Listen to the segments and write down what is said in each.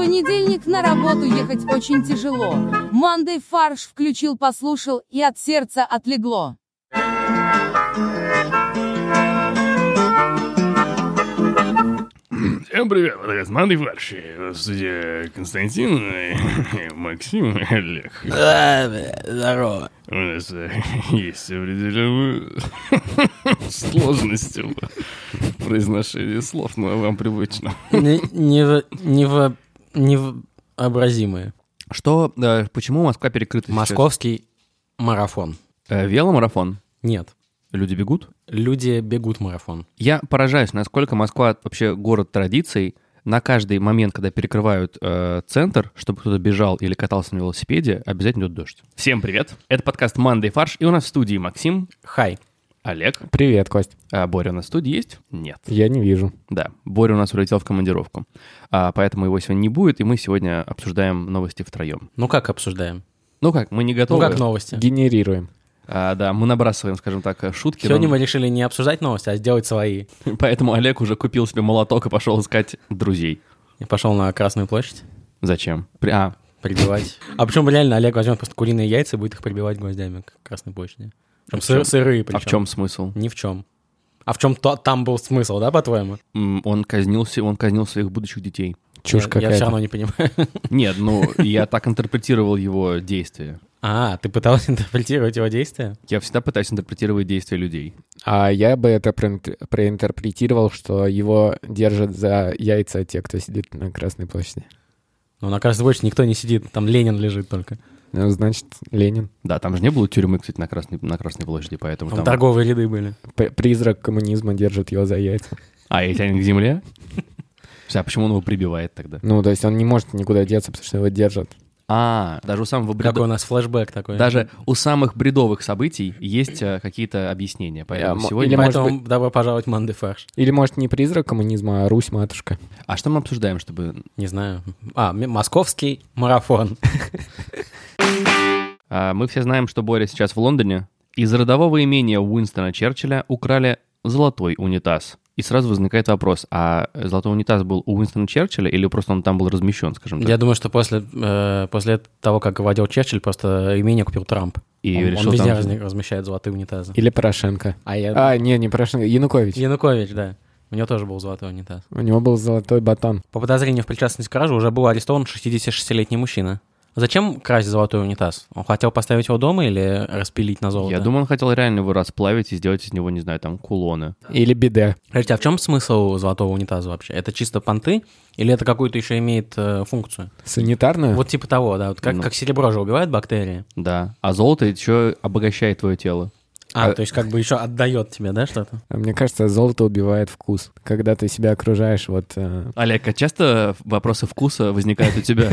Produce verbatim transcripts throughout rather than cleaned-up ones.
понедельник на работу ехать очень тяжело. Monday фарш включил, послушал, и от сердца отлегло. Всем привет, это Monday фарш. В студии Константин, Максим и Олег. Здорово. У нас есть определенные сложности в произношении слов, но вам привычно. Невообразимые. Что, э, почему Москва перекрыта сейчас? Московский марафон. Э, веломарафон? Нет. Люди бегут? Люди бегут марафон. Я поражаюсь, насколько Москва вообще город традиций. На каждый момент, когда перекрывают э, центр, чтобы кто-то бежал или катался на велосипеде, обязательно идет дождь. Всем привет. Это подкаст Monday фарш, и у нас в студии Максим. Хай. Олег. Привет, Кость. А Боря у нас в студии есть? Нет. Я не вижу. Да, Боря у нас улетел в командировку, а, поэтому его сегодня не будет, и мы сегодня обсуждаем новости втроем. Ну как обсуждаем? Ну как, мы не готовы. Ну как новости? Генерируем. А, да, мы набрасываем, скажем так, шутки. Сегодня но... мы решили не обсуждать новости, а сделать свои. Поэтому Олег уже купил себе молоток и пошел искать друзей. Я пошел на Красную площадь. Зачем? При... А. Прибивать. А причем реально Олег возьмет просто куриные яйца и будет их прибивать гвоздями к Красной площади. Причем сыр, сырые причем. А в чем смысл? Ни в чем. А в чем то, там был смысл, да, по-твоему? М, Он казнил, се- он казнил своих будущих детей. Чушь я, какая-то. я все равно не понимаю. Нет, ну, я так интерпретировал его действия. А, ты пытался интерпретировать его действия? Я всегда пытаюсь интерпретировать действия людей. А я бы это проин- проинтерпретировал, что его держат за яйца те, кто сидит на Красной площади. Ну, на Красной площади никто не сидит, там Ленин лежит только. Ну, значит, Ленин. Да, там же не было тюрьмы, кстати, на Красной, на Красной площади, поэтому Там там... торговые ряды были. П- призрак коммунизма держит его за яйца. А, и тянет к земле? А почему он его прибивает тогда? Ну, то есть он не может никуда деться, потому что его держат. А, даже у самого Какой у бредового... нас флешбэк такой. Даже у самых бредовых событий есть а, какие-то объяснения. Поэтому мо- сегодня... или может Поэтому добро пожаловать в Monday фарш. Или, может, не призрак коммунизма, а Русь-матушка. А что мы обсуждаем, чтобы... Не знаю. А, м- московский марафон. А, мы все знаем, что Боря сейчас в Лондоне. Из родового имения Уинстона Черчилля украли золотой унитаз. И сразу возникает вопрос, а золотой унитаз был у Уинстона Черчилля или просто он там был размещен, скажем так? Я думаю, что после, э, после того, как вводил Черчилль, просто имение купил Трамп. И он, решил он везде там- разни- размещает золотые унитазы. Или Порошенко. А я... А, не, не Порошенко, Янукович. Янукович, да. У него тоже был золотой унитаз. У него был золотой батон. По подозрению в причастности к краже уже был арестован шестидесятишестилетний мужчина. Зачем красть золотой унитаз? Он хотел поставить его дома или распилить на золото? Я думаю, он хотел реально его расплавить и сделать из него, не знаю, там, кулоны. Или биде. Подождите, а в чем смысл золотого унитаза вообще? Это чисто понты или это какую-то еще имеет э, функцию? Санитарную? Вот типа того, да. Вот как, Ну. как серебро же убивает бактерии. Да. А золото еще обогащает твое тело. А, А- то есть как бы еще отдает тебе, да, что-то? А мне кажется, золото убивает вкус. Когда ты себя окружаешь, вот... э, Олег, а часто вопросы вкуса возникают у тебя?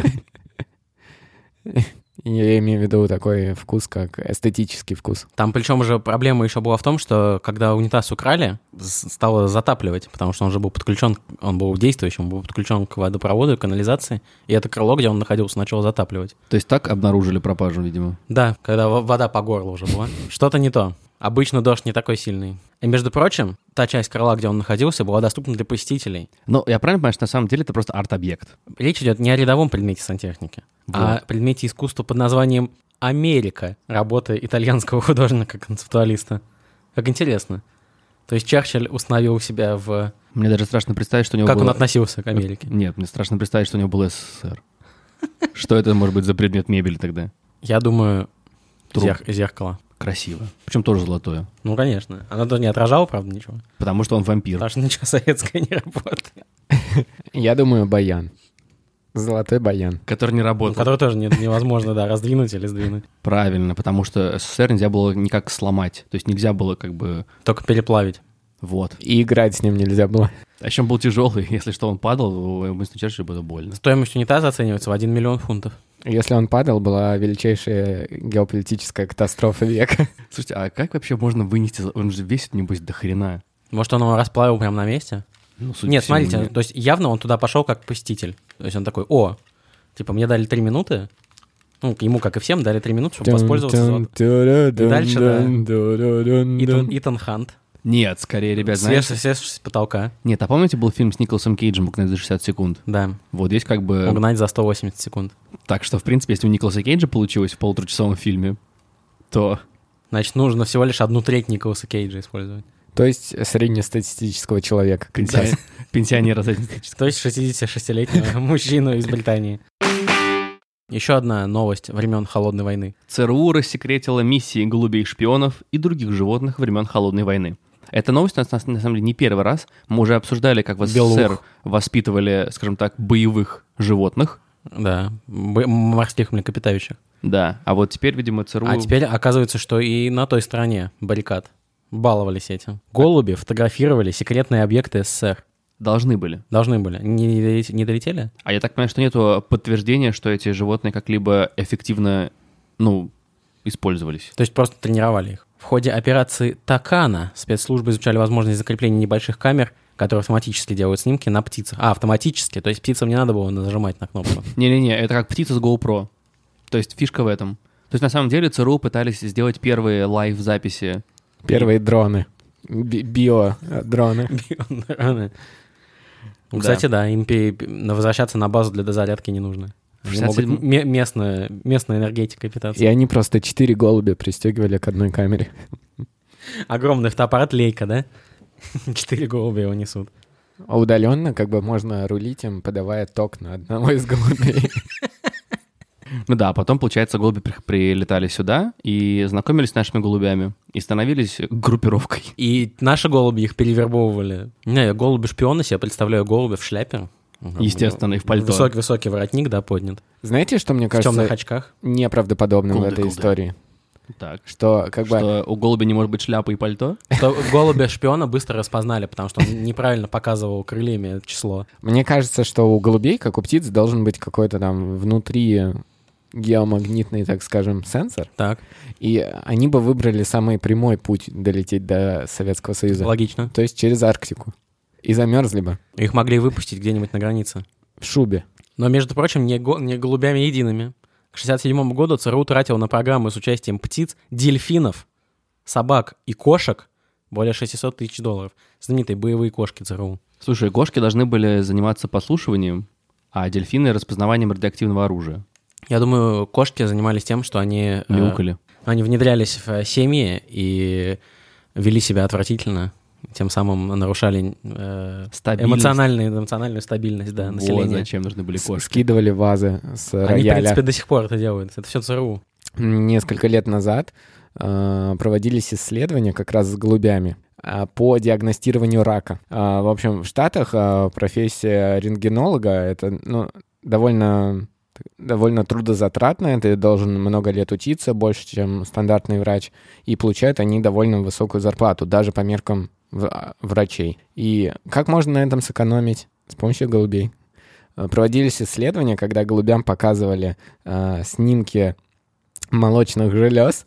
Я имею в виду такой вкус, как эстетический вкус. Там причем уже проблема еще была в том, что когда унитаз украли, с- стало затапливать, потому что он же был подключен, он был действующим, он был подключен к водопроводу и канализации, и это крыло, где он находился, начало затапливать. То есть так обнаружили пропажу, видимо. Да, когда во- вода по горло уже была. Что-то не то. Обычно дождь не такой сильный. И, между прочим, та часть крыла, где он находился, была доступна для посетителей. Но я правильно понимаю, что на самом деле это просто арт-объект? Речь идет не о рядовом предмете сантехники, а о предмете искусства под названием «Америка», работы итальянского художника-концептуалиста. Как интересно. То есть Черчилль установил себя в... Мне даже страшно представить, что у него Как было... он относился к Америке. Нет, мне страшно представить, что у него был СССР. Что это может быть за предмет мебели тогда? Я думаю, Труп. зер- зеркало. Красиво. Причем тоже золотое. Ну, конечно. Оно тоже не отражало, правда, ничего. Потому что он вампир. Потому что ничего советское не работает. Я думаю, баян. Золотой баян. Который не Ну, работал. который тоже не- невозможно, да, раздвинуть или сдвинуть. Правильно, потому что СССР нельзя было никак сломать. То есть нельзя было как бы... Только переплавить. Вот. И играть с ним нельзя было. А еще он был тяжелый. Если что, он падал, у Уинстона Черчилля было больно. Стоимость унитаза оценивается в один миллион фунтов. Если он падал, была величайшая геополитическая катастрофа века. Слушайте, а как вообще можно вынести... Он же весит, небось, до хрена. Может, он его расплавил прямо на месте? Ну, судя Нет, по всему, смотрите, нет. то есть явно он туда пошел как посетитель. То есть он такой, о, типа мне дали три минуты, ну, ему, как и всем, дали три минуты, чтобы воспользоваться. золотом. И дальше, да, Итан, Итан Хант Нет, скорее, ребят, знаете... Свешившись свешившись с потолка. Нет, а помните, был фильм с Николасом Кейджем «Угнать за шестьдесят секунд»? Да. Вот здесь как бы... Угнать за сто восемьдесят секунд. Так что, в принципе, если у Николаса Кейджа получилось в полуторачасовом фильме, то... Значит, нужно всего лишь одну треть Николаса Кейджа использовать. То есть среднестатистического человека. Пенсионер, пенсионера среднестатистического. То есть шестидесятишестилетнего мужчину из Британии. Еще одна новость времен Холодной войны. ЦРУ рассекретила миссии голубей-шпионов и других животных времен Холодной войны. Эта новость у нас, на самом деле, не первый раз. Мы уже обсуждали, как в СССР воспитывали, скажем так, боевых животных. Да, б- морских млекопитающих. Да, а вот теперь, видимо, ЦРУ... А теперь оказывается, что и на той стороне баррикад баловались этим. Голуби фотографировали секретные объекты СССР. Должны были. Должны были. Не, долет- не долетели? А я так понимаю, что нету подтверждения, что эти животные как-либо эффективно, ну, использовались. То есть просто тренировали их. В ходе операции «Такана» спецслужбы изучали возможность закрепления небольших камер, которые автоматически делают снимки на птицах. А, автоматически, то есть птицам не надо было нажимать на кнопку. Не-не-не, это как птица с GoPro. То есть фишка в этом. То есть на самом деле ЦРУ пытались сделать первые лайв-записи. Первые дроны. Би- Био-дроны. Ну, кстати, да, им пе- на- возвращаться на базу для дозарядки не нужно. Они шестьдесят могут седьмом ме- местно- местной энергетикой питаться. И они просто четыре голубя пристегивали к одной камере. Огромный фотоаппарат Лейка, да? Четыре голубя его несут. А удаленно как бы можно рулить им, подавая ток на одного из голубей. Ну да, потом, получается, голуби при- прилетали сюда и знакомились с нашими голубями и становились группировкой. И наши голуби их перевербовывали. Не, голуби-шпионы, себе представляю голубя в шляпе. Естественно, и в пальто. Высокий-высокий воротник, да, поднят. Знаете, что мне В темных кажется очках. неправдоподобным в Кулда, этой кулда. истории? Так. Что как бы... Что у голуби не может быть шляпы и пальто? Что голубя-шпиона быстро распознали, потому что он неправильно показывал крыльями это число. Мне кажется, что у голубей, как у птиц, должен быть какой-то там внутри геомагнитный, так скажем, сенсор. Так, И они бы выбрали самый прямой путь долететь до Советского Союза. логично. То есть через Арктику. И замерзли бы Их могли выпустить где-нибудь на границе. в шубе. Но, между прочим, не, го- не голубями едиными. К шестьдесят седьмому году ЦРУ тратил на программы с участием птиц, дельфинов, собак и кошек более шестьсот тысяч долларов. Знаменитые боевые кошки ЦРУ. Слушай, кошки должны были заниматься подслушиванием, а дельфины — распознаванием радиоактивного оружия. Я думаю, кошки занимались тем, что они, э, Мяукали. они внедрялись в семьи и вели себя отвратительно, тем самым нарушали э, Стабильность. эмоциональную, эмоциональную стабильность да, Вот населения. зачем нужны были С- кошки. Скидывали вазы с Они, в рояля. принципе, до сих пор это делают. Это все ЦРУ. Несколько лет назад э, проводились исследования как раз с голубями э, по диагностированию рака. Э, в общем, в Штатах э, профессия рентгенолога — это ну, довольно, довольно трудозатратно. Ты должен много лет учиться, больше, чем стандартный врач. И получают они довольно высокую зарплату, даже по меркам в- врачей. И как можно на этом сэкономить? С помощью голубей. Э, Проводились исследования, когда голубям показывали э, снимки молочных желез,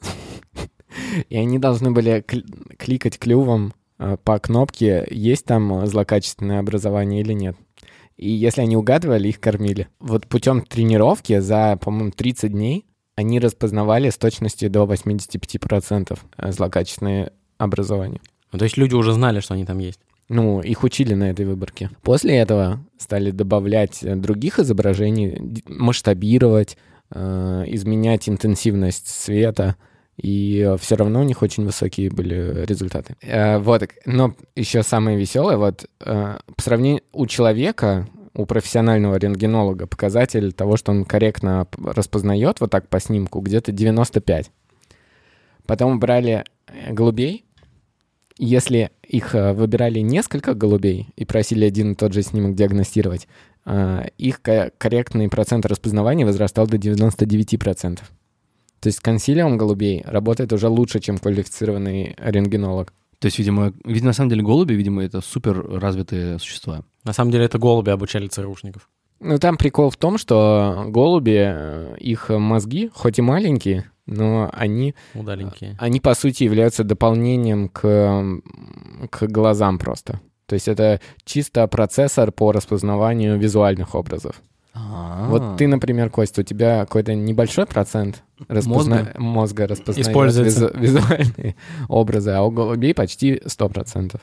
и они должны были кл- кликать клювом э, по кнопке, есть там злокачественное образование или нет. И если они угадывали, их кормили. Вот путем тренировки за, по-моему, тридцать дней они распознавали с точностью до восемьдесят пять процентов злокачественное образование. Ну, то есть люди уже знали, что они там есть. Ну, их учили на этой выборке. После этого стали добавлять э, других изображений, д- масштабировать, э, изменять интенсивность света, и все равно у них очень высокие были результаты. Э, вот, но еще самое веселое, вот э, по сравнению у человека, у профессионального рентгенолога показатель того, что он корректно п- распознает вот так по снимку, где-то девяносто пять. Потом брали э, голубей. Если их э, выбирали несколько голубей и просили один и тот же снимок диагностировать, э, их ко- корректный процент распознавания возрастал до девяносто девять процентов. То есть консилиум голубей работает уже лучше, чем квалифицированный рентгенолог. То есть, видимо, видимо, на самом деле голуби, видимо, это супер развитые существа. На самом деле это голуби обучали ЦРУшников. Ну, там прикол в том, что голуби, э, их мозги, хоть и маленькие, но они, Удаленькие. они по сути, являются дополнением к, м, к глазам просто. То есть это чисто процессор по распознаванию визуальных образов. А-а-а. Вот ты, например, Костя, у тебя какой-то небольшой процент распозна... Мозга? мозга распознает Используется. визу- визуальные образы, а у голубей почти сто процентов.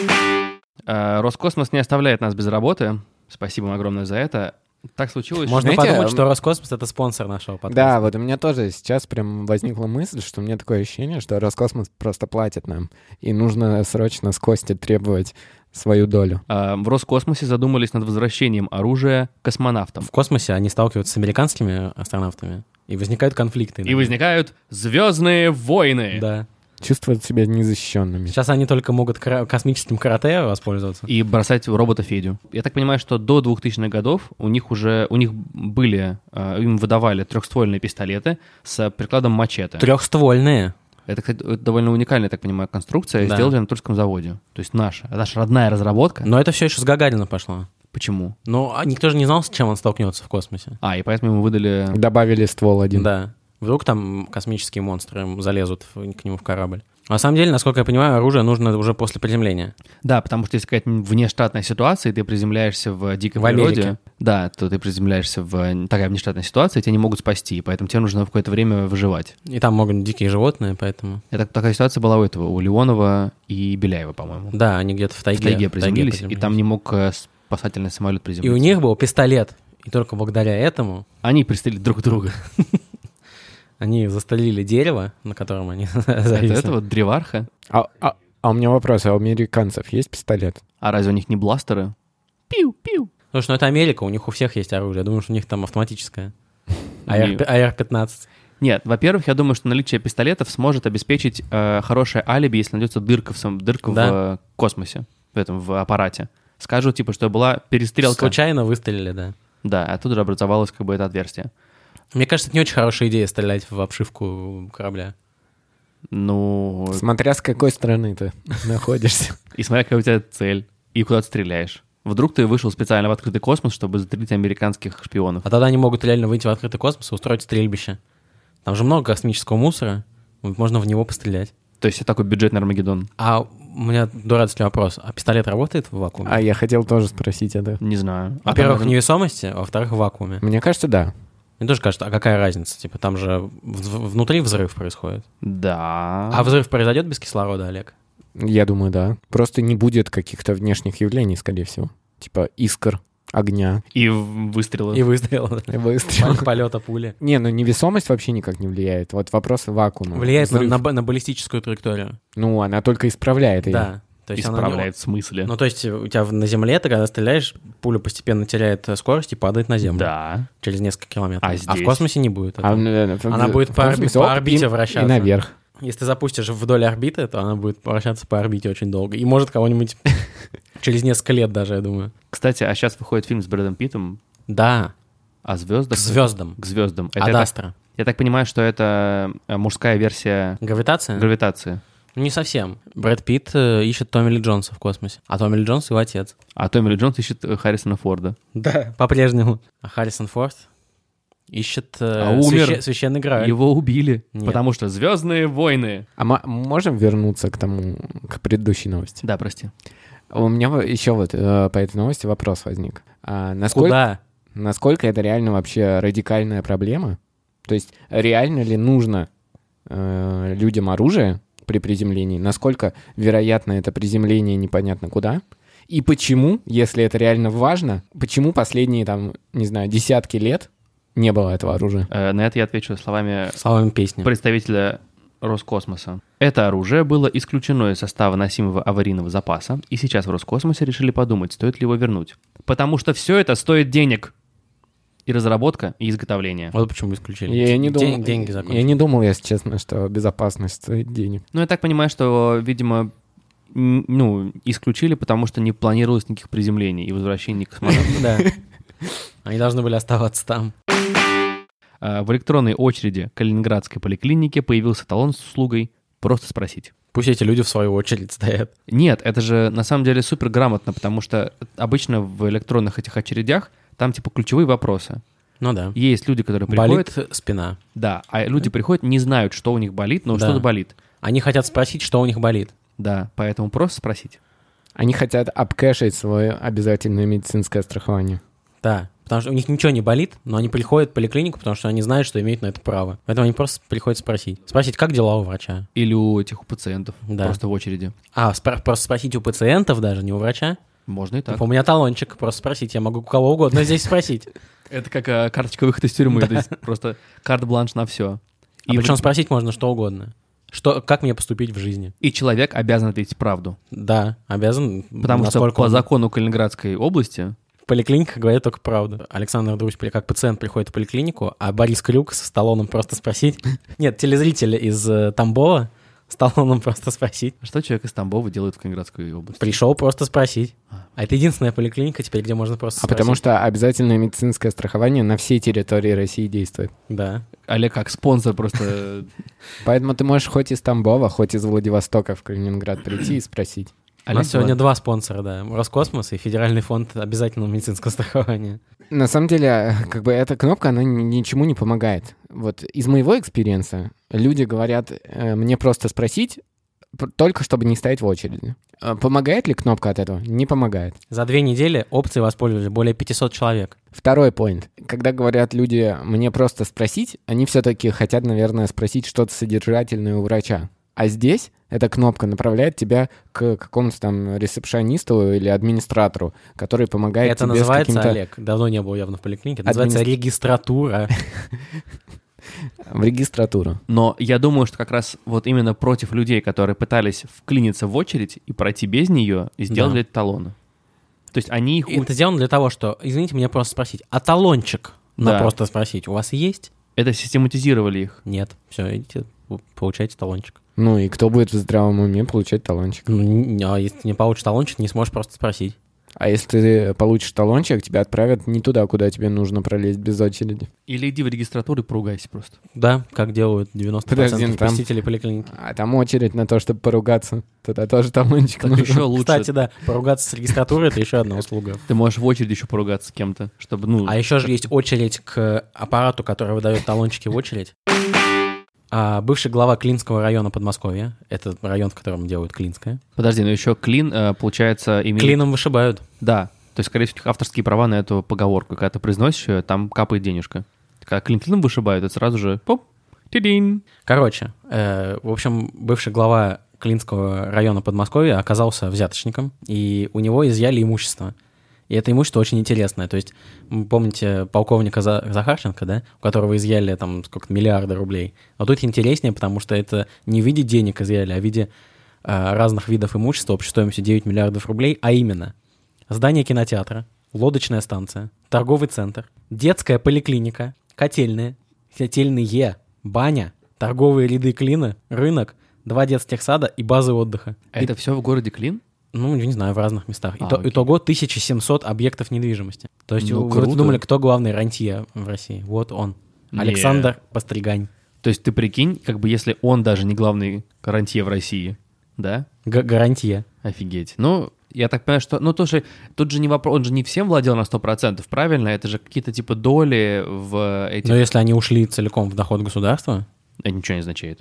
А, Роскосмос не оставляет нас без работы. Спасибо им огромное за это. Так случилось, Можно Знаете, подумать, м- что Роскосмос — это спонсор нашего подкаста. Да, вот у меня тоже сейчас прям возникла мысль, что у меня такое ощущение, что Роскосмос просто платит нам, и нужно срочно с Костей требовать свою долю. а, в Роскосмосе задумались над возвращением оружия космонавтам. В космосе они сталкиваются с американскими астронавтами, и возникают конфликты. И возникают звездные войны. Да. Чувствуют себя незащищенными. Сейчас они только могут кра- космическим карате воспользоваться. И бросать робота Федю. Я так понимаю, что до двухтысячных годов у них уже у них были, э, им выдавали трехствольные пистолеты с прикладом мачете. Трехствольные. Это, кстати, это довольно уникальная, я так понимаю, конструкция. Да. Сделали на Тульском заводе. То есть наша, наша родная разработка. Но это все еще с Гагарина пошло. Почему? Но а никто же не знал, с чем он столкнется в космосе. А, и поэтому ему выдали... Добавили ствол один. Да. Вдруг там космические монстры залезут в- к нему в корабль. На самом деле, насколько я понимаю, оружие нужно уже после приземления. Да, потому что если какая-то внештатная ситуация, и ты приземляешься в дикой В природе, Америке. да, то ты приземляешься в такая внештатная ситуация, и тебя не могут спасти, поэтому тебе нужно в какое-то время выживать. И там могут быть дикие животные, поэтому... Это такая ситуация была у этого, у Леонова и Беляева, по-моему. Да, они где-то в В тайге. тайге приземлились, и приземлились. там не мог э, спасательный самолет И приземлиться. у них был пистолет. И только благодаря этому Они пристрелили друг друга. они застрелили дерево, на котором они Это зависли. этого древарха. А, а- а у меня вопрос, а у американцев есть пистолет? А разве у них не бластеры? Пиу-пиу. Потому что ну, это Америка, у них у всех есть оружие. Я думаю, что у них там автоматическое. А Не- эр пятнадцать. Нет, во-первых, я думаю, что наличие пистолетов сможет обеспечить э, хорошее алиби, если найдется дырка в, сам- дырка в Да. э, космосе, в этом, в аппарате. Скажут, типа, что была перестрелка. Случайно выстрелили, да. Да, оттуда же образовалось как бы это отверстие. Мне кажется, это не очень хорошая идея стрелять в обшивку корабля. Ну, Смотря с какой стороны ты находишься. и смотря какая у тебя цель, и куда ты стреляешь. Вдруг ты вышел специально в открытый космос, чтобы застрелить американских шпионов. А тогда они могут реально выйти в открытый космос и устроить стрельбище. Там же много космического мусора, вот можно в него пострелять. То есть это такой бюджетный Армагеддон. А у меня дурацкий вопрос. А пистолет работает в вакууме? А я хотел тоже спросить это. Не знаю. А Во-первых, там, в невесомости, а во-вторых, в вакууме. Мне кажется, да. Мне тоже кажется, а какая разница? Типа там же в- внутри взрыв происходит. Да. А взрыв произойдет без кислорода, Олег? Я думаю, да. Просто не будет каких-то внешних явлений, скорее всего. Типа искр, огня, И в- выстрелы. И выстрел. выстрел. Полета пули. Не, ну невесомость вообще никак не влияет. Вот вопрос вакуума. Влияет на, Взрыв. на б- на баллистическую траекторию. Ну, она только исправляет ее. Да. То есть она не- Исправляет в смысле. Ну, то есть у тебя в- на земле, ты когда стреляешь, пуля постепенно теряет э, скорость и падает на землю. Да. Через несколько километров. А в здесь? космосе не будет этого. А, э, в- Она в- будет в по орби- космосе, по оп, орбите и- вращаться. И наверх. Если ты запустишь вдоль орбиты, то она будет вращаться по орбите очень долго. И может кого-нибудь через несколько лет даже, я думаю. Кстати, а сейчас выходит фильм с Брэдом Питтом Да, о к звездах. звездам. К звездам. Это, Ад я, так, Астра. я так понимаю, что это э, мужская версия Гравитация? гравитации. Не совсем. Брэд Питт э, ищет Томми Ли Джонса в космосе. А Томми Ли Джонс его отец. А Томми Ли Джонс ищет э, Харрисона Форда. Да. По-прежнему. А Харрисон Форд ищет э, А умер. священ- священный Грааль. Его убили, Нет. потому что «Звездные войны». А мо- можем вернуться к тому, к предыдущей новости? Да, прости. У меня во- еще вот э, по этой новости вопрос возник. А насколько, Куда? насколько это реально вообще радикальная проблема? То есть реально ли нужно э, людям оружие при приземлении? Насколько вероятно это приземление непонятно куда? И почему, если это реально важно, почему последние, там, не знаю, десятки лет не было этого оружия? Э, на это я отвечу словами Словами песни. представителя Роскосмоса. Это оружие было исключено из состава носимого аварийного запаса, и сейчас в Роскосмосе решили подумать, стоит ли его вернуть. Потому что все это стоит денег. И разработка, и изготовление. Вот почему исключили. Я не, День- думал, деньги я закончились. не думал, если честно, что безопасность стоит денег. Ну, я так понимаю, что, видимо, н- ну, исключили, потому что не планировалось никаких приземлений и возвращений космонавтов. Да. Они должны были оставаться там. А, В электронной очереди Калининградской поликлиники появился талон с услугой «Просто спросить». Пусть эти люди в свою очередь стоят. Нет, это же на самом деле супер грамотно, потому что обычно в электронных этих очередях там типа ключевые вопросы. Ну да. Есть люди, которые приходят... Болит спина. Да, а люди приходят, не знают, что у них болит, но Да. что-то болит. Они хотят спросить, что у них болит. Да, поэтому просто спросить. Они хотят обкэшить свое обязательное медицинское страхование. Да. Потому что у них ничего не болит, но они приходят в поликлинику, потому что они знают, что имеют на это право. Поэтому они просто приходят спросить. Спросить, как дела у врача? Или у этих у пациентов, Да. просто в очереди. А, спро- просто спросить у пациентов даже, не у врача? Можно и так. Типа, у меня талончик, просто спросить. Я могу у кого угодно здесь спросить. Это как а, карточка выхода из тюрьмы, то есть просто карт-бланш на все. А причем спросить можно что угодно. Что, как мне поступить в жизни? И человек обязан ответить правду. Да, обязан. Потому что насколько по он- закону Калининградской области В поликлиниках говорят только правду. Александр Друзь, как пациент, приходит в поликлинику, а Борис Крюк со Сталлоном просто спросить. Нет, телезритель из э, Тамбова, Сталлоном просто спросить. что человек из Тамбова делает в Калининградской области? Пришел просто спросить. А это единственная поликлиника теперь, где можно просто А спросить. потому что обязательное медицинское страхование на всей территории России действует. Да. Олег как спонсор просто... Поэтому ты можешь хоть из Тамбова, хоть из Владивостока в Калининград прийти и спросить. У нас Олег, сегодня ладно. два спонсора, да. Роскосмос и Федеральный фонд обязательного медицинского страхования. На самом деле, как бы эта кнопка, она ни- ничему не помогает. Вот из моего экспириенса люди говорят, э, мне просто спросить, п- только чтобы не стоять в очереди. А помогает ли кнопка от этого? Не помогает. За две недели опции воспользовались более пятьсот человек. Второй поинт. Когда говорят люди, мне просто спросить, они все-таки хотят, наверное, спросить что-то содержательное у врача. А здесь эта кнопка направляет тебя к какому-то там ресепшонисту или администратору, который помогает Это тебе с называется, каким-то... Олег, давно не был явно в поликлинике, это называется Администр- регистратура. В регистратуру. Но я думаю, что как раз вот именно против людей, которые пытались вклиниться в очередь и пройти без нее, и сделали Да. эти талоны. То есть они их... И это сделано для того, что, извините, мне просто спросить, а талончик на Да. просто спросить у вас есть? Это систематизировали их. Нет. Все, идите, вы получаете талончик. Ну и кто будет в здравом уме получать талончик? Ну, не- а если ты не получишь талончик, не сможешь просто спросить. А если ты получишь талончик, тебя отправят не туда, куда тебе нужно пролезть без очереди. Или иди в регистратуру и поругайся просто. Да, как делают девяносто процентов Подожди, там- посетителей поликлиники. А там очередь на то, чтобы поругаться. Туда тоже талончик Так нужен. еще лучше. Кстати, да, поругаться с регистратурой — это еще одна услуга. Ты можешь в очереди еще поругаться с кем-то, чтобы, ну... А еще же есть очередь к аппарату, который выдает талончики в очередь. А бывший глава Клинского района Подмосковья, это район, в котором делают Клинское, Подожди, но еще Клин, э, получается, имеет... клином вышибают. Да. То есть, скорее всего, у них авторские права на эту поговорку. Когда ты произносишь ее, там капает денежка. Когда клин клином вышибают, это сразу же... Поп, тидин. Короче, э, в общем, бывший глава Клинского района Подмосковья оказался взяточником, и у него изъяли имущество. И это имущество очень интересное. То есть, вы помните полковника За- Захарченко, да, у которого изъяли там сколько-то миллиарды рублей. Но тут интереснее, потому что это не в виде денег изъяли, а в виде э, разных видов имущества общей стоимостью девять миллиардов рублей, а именно здание кинотеатра, лодочная станция, торговый центр, детская поликлиника, котельная, котельные, баня, торговые ряды Клина, рынок, два детских сада и базы отдыха. А это все в городе Клин? Ну, не знаю, в разных местах. А, Ито- окей. Итого тысяча семьсот объектов недвижимости. То есть Ну, вы круто. думали, кто главный рантье в России? Вот он. Не. Александр Постригань. То есть ты прикинь, как бы если он даже не главный рантье в России, да? Г- гарантия. Офигеть. Ну, я так понимаю, что... Ну, тоже, тут же не вопрос... Он же не всем владел на сто процентов, правильно? Это же какие-то типа доли в этих... Но если они ушли целиком в доход государства, Это ничего не означает.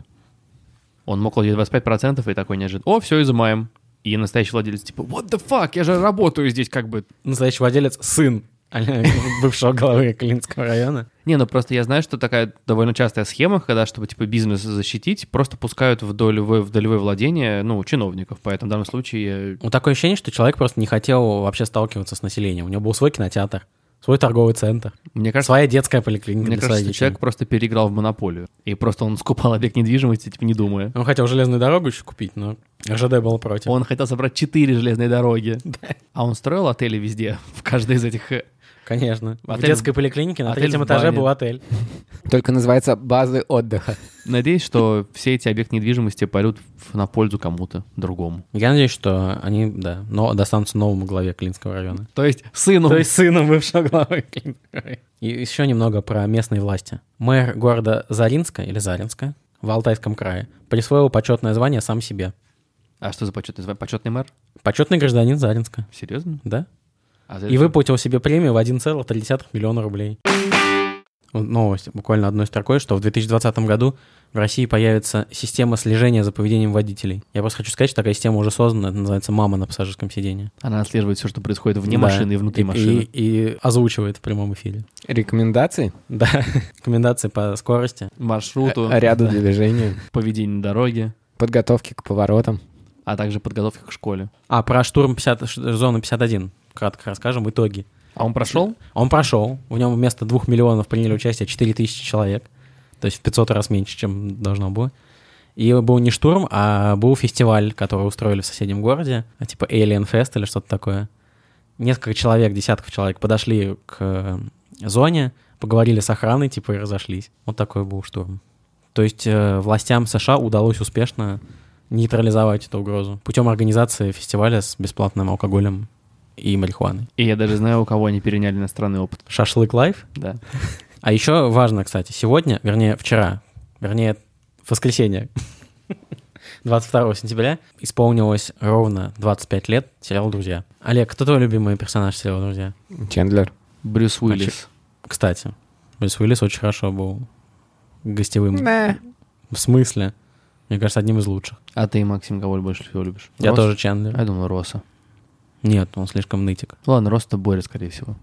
Он мог владеть двадцать пять процентов и такой неожиданно. О, все, изымаем. И настоящий владелец типа, what the fuck, я же работаю здесь как бы. настоящий владелец — сын бывшего главы Клинского района. Не, ну просто я знаю, что такая довольно частая схема, когда, чтобы типа бизнес защитить, просто пускают в долевое, в долевое владение, ну, чиновников. Поэтому в данном случае... Ну, такое ощущение, что человек просто не хотел вообще сталкиваться с населением. У него был свой кинотеатр, свой торговый центр, Мне кажется, своя детская поликлиника мне для кажется, своих что детей. человек просто переиграл в монополию. И просто он скупал объект недвижимости, типа не думая. Он хотел железную дорогу еще купить, но РЖД был против. Он хотел собрать четыре железные дороги. А он строил отели везде, в каждой из этих... э, Конечно. В Отель- детской поликлинике на отель третьем в этаже бане. был отель. Только называется базы отдыха. Надеюсь, что все эти объекты недвижимости пойдут в- на пользу кому-то другому. Я надеюсь, что они, да, но достанутся новому главе Клинского района. То есть сыну... То есть сыном бывшего главы Клинского района. И еще немного про местные власти. Мэр города Заринска, или Заринска, в Алтайском крае, присвоил почетное звание сам себе. А что за почетный, звание? Почетный мэр? Почетный гражданин Заринска, Серьезно? да? А за И это- выплатил себе премию в один целых три десятых миллиона рублей. новость буквально одной строкой, что в две тысячи двадцатом году в России появится система слежения за поведением водителей. Я просто хочу сказать, что такая система уже создана, это называется «Мама на пассажирском сидении». Она отслеживает все, что происходит вне Да. машины и внутри и, машины. И, и озвучивает в прямом эфире. Рекомендации? Да, рекомендации по скорости. Маршруту, Э, Ряду движения, поведению на дороге, подготовки к поворотам. а также подготовки к школе. А, про штурм пятьдесят, ш- зоны пятьдесят один. Кратко расскажем итоги. А он прошел? Он прошел. В нем вместо двух миллионов приняли участие четыре тысячи человек. То есть в пятьсот раз меньше, чем должно было. И был не штурм, а был фестиваль, который устроили в соседнем городе, а типа Alien Fest или что-то такое. Несколько человек, десятков человек подошли к зоне, поговорили с охраной, типа, и разошлись. Вот такой был штурм. То есть э, властям США удалось успешно нейтрализовать эту угрозу путем организации фестиваля с бесплатным алкоголем и марихуаной. И я даже знаю, у кого они переняли иностранный опыт. Шашлык лайф. Да. А еще важно, кстати, сегодня, вернее, вчера, вернее, в воскресенье, двадцать второго сентября, исполнилось ровно двадцать пять лет сериалу «Друзья». Олег, кто твой любимый персонаж сериала «Друзья»? Чендлер. Брюс Уиллис. Кстати, Брюс Уиллис очень хорошо был гостевым. Да. В смысле? Мне кажется, одним из лучших. А ты, Максим, кого больше всего любишь? Я Росс? тоже Чендлер. Я думаю, Росса. Нет, он слишком нытик. Ладно, Росс-то Боря, скорее всего.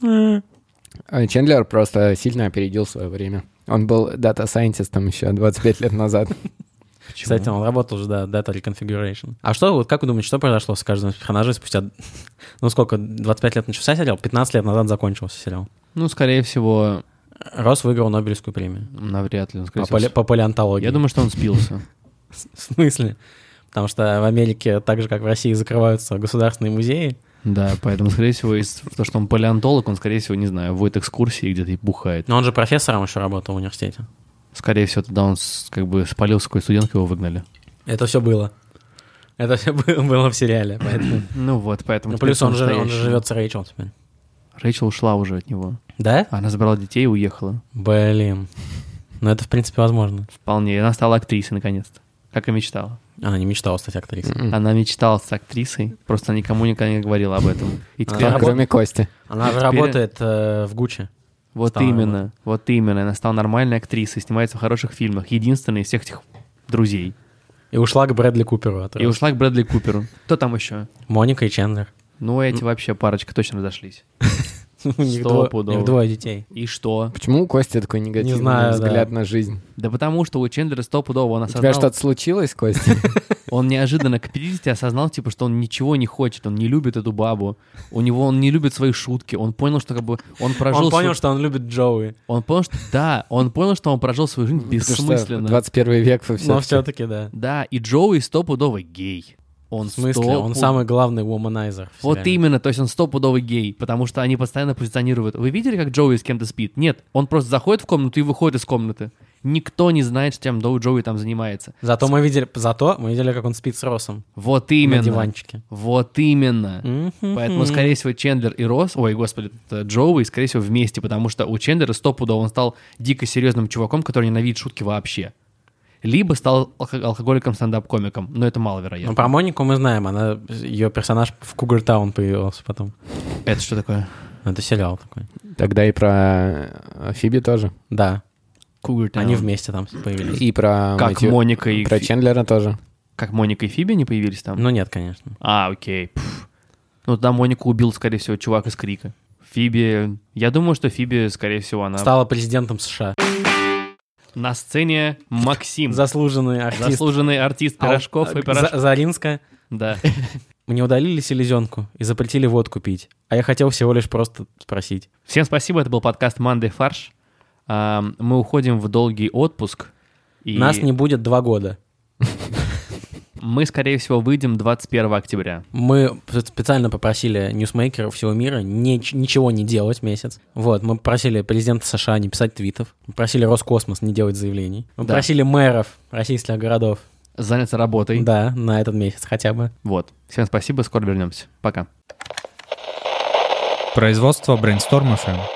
А Чендлер просто сильно опередил свое время. Он был дата-сайентистом еще двадцать пять лет назад. Кстати, он работал же, да, Data Reconfiguration. А что, вот как вы думаете, что произошло с каждым из персонажей спустя... Ну сколько, двадцать пять лет начался сериал, пятнадцать лет назад закончился сериал. Ну, скорее всего, Росс выиграл Нобелевскую премию. навряд ли. Он, скорее По, всего, пале- по палеонтологии. Я думаю, что он спился. В смысле? Потому что в Америке, так же, как в России, закрываются государственные музеи. Да, поэтому, скорее всего, из то, что он палеонтолог, он, скорее всего, не знаю, вводит экскурсии где-то и бухает. Но он же профессором еще работал в университете. Скорее всего, тогда он с- как бы спалил с какой студенткой, его выгнали. Это все было. Это все было в сериале, поэтому... Ну вот, поэтому... Ну, теперь плюс он же, он же настоящий. живет с Рэйчел теперь. Рэйчел ушла уже от него. Да? Она забрала детей и уехала. Блин. Ну, это, в принципе, возможно. Вполне. И она стала актрисой, наконец-то. Как и мечтала. Она не мечтала стать актрисой. М-м. Она мечтала стать актрисой, просто никому никогда не говорила об этом. И Она теперь... работает- Кроме Кости. Она же Теперь- работает э, в Гуччи. Вот стала именно, вот именно. Она стала нормальной актрисой, снимается в хороших фильмах. Единственная из всех этих друзей. И ушла к Брэдли Куперу. от И Росса. ушла к Брэдли Куперу. Кто там еще? Моника и Чендлер. Ну, эти вообще парочка точно разошлись. У них дво- у Стопудово. них двое детей. И что? Почему у Кости такой негативный знаю, взгляд да. на жизнь? Да потому что у Чендлера стопудово он У тебя осознал... что-то случилось, Костя? Он неожиданно к пятидесяти осознал, типа, что он ничего не хочет, он не любит эту бабу. У него он не любит свои шутки. Он понял, что как бы он прожил... Он понял, свой- что он любит Джоуи. Он понял, что... Да, он понял, что он прожил свою жизнь Потому что бессмысленно. двадцать первый век вы Но все. все-таки, да. Да, и Джоуи стопудово гей. Он В смысле? Он стопу- самый главный воманайзер. в Вот сериале. именно, то есть он стопудовый гей, потому что они постоянно позиционируют. Вы видели, как Джоуи с кем-то спит? Нет, он просто заходит в комнату и выходит из комнаты. Никто не знает, чем Доу Джоуи там занимается. Зато мы видели, зато мы видели, как он спит с Россом Вот на именно. диванчике. Вот именно. Мгм. Поэтому, скорее всего, Чендлер и Росс, ой, господи, это Джоуи, скорее всего, вместе, потому что у Чендлера стопудово он стал дико серьезным чуваком, который ненавидит шутки вообще. Либо стал алко- алкоголиком, стендап-комиком, но это маловероятно. Ну, про Монику мы знаем, она, ее персонаж в Cougar Town появился потом. Это что такое? Это сериал такой. Тогда и про э, Фиби тоже. Да, Cougar Town. они вместе там появились. И про Как Мэтью- Моника и Про Фи- Чендлера тоже. Как Моника и Фиби не появились там? Ну нет, конечно. А, окей. Пф. Ну, тогда Монику убил, скорее всего, чувак из Крика. Фиби... Я думаю, что Фиби, скорее всего, она... Стала президентом США. На сцене Максим. Заслуженный артист. Заслуженный артист пирожков А, и пирожков. За- Заринска. Да. Мне удалили селезенку и запретили водку пить. А я хотел всего лишь просто спросить. Всем спасибо, это был подкаст «Мандай фарш». А, Мы уходим в долгий отпуск. И Нас не будет два года. мы, скорее всего, выйдем двадцать первого октября. Мы специально попросили ньюсмейкеров всего мира не- ничего не делать месяц. Вот, мы попросили президента США не писать твитов. Мы просили Роскосмос не делать заявлений. Мы Да. просили мэров российских городов, Заняться работой. да, на этот месяц хотя бы. Вот. Всем спасибо, скоро вернемся. Пока. Производство Brainstorm эф эм.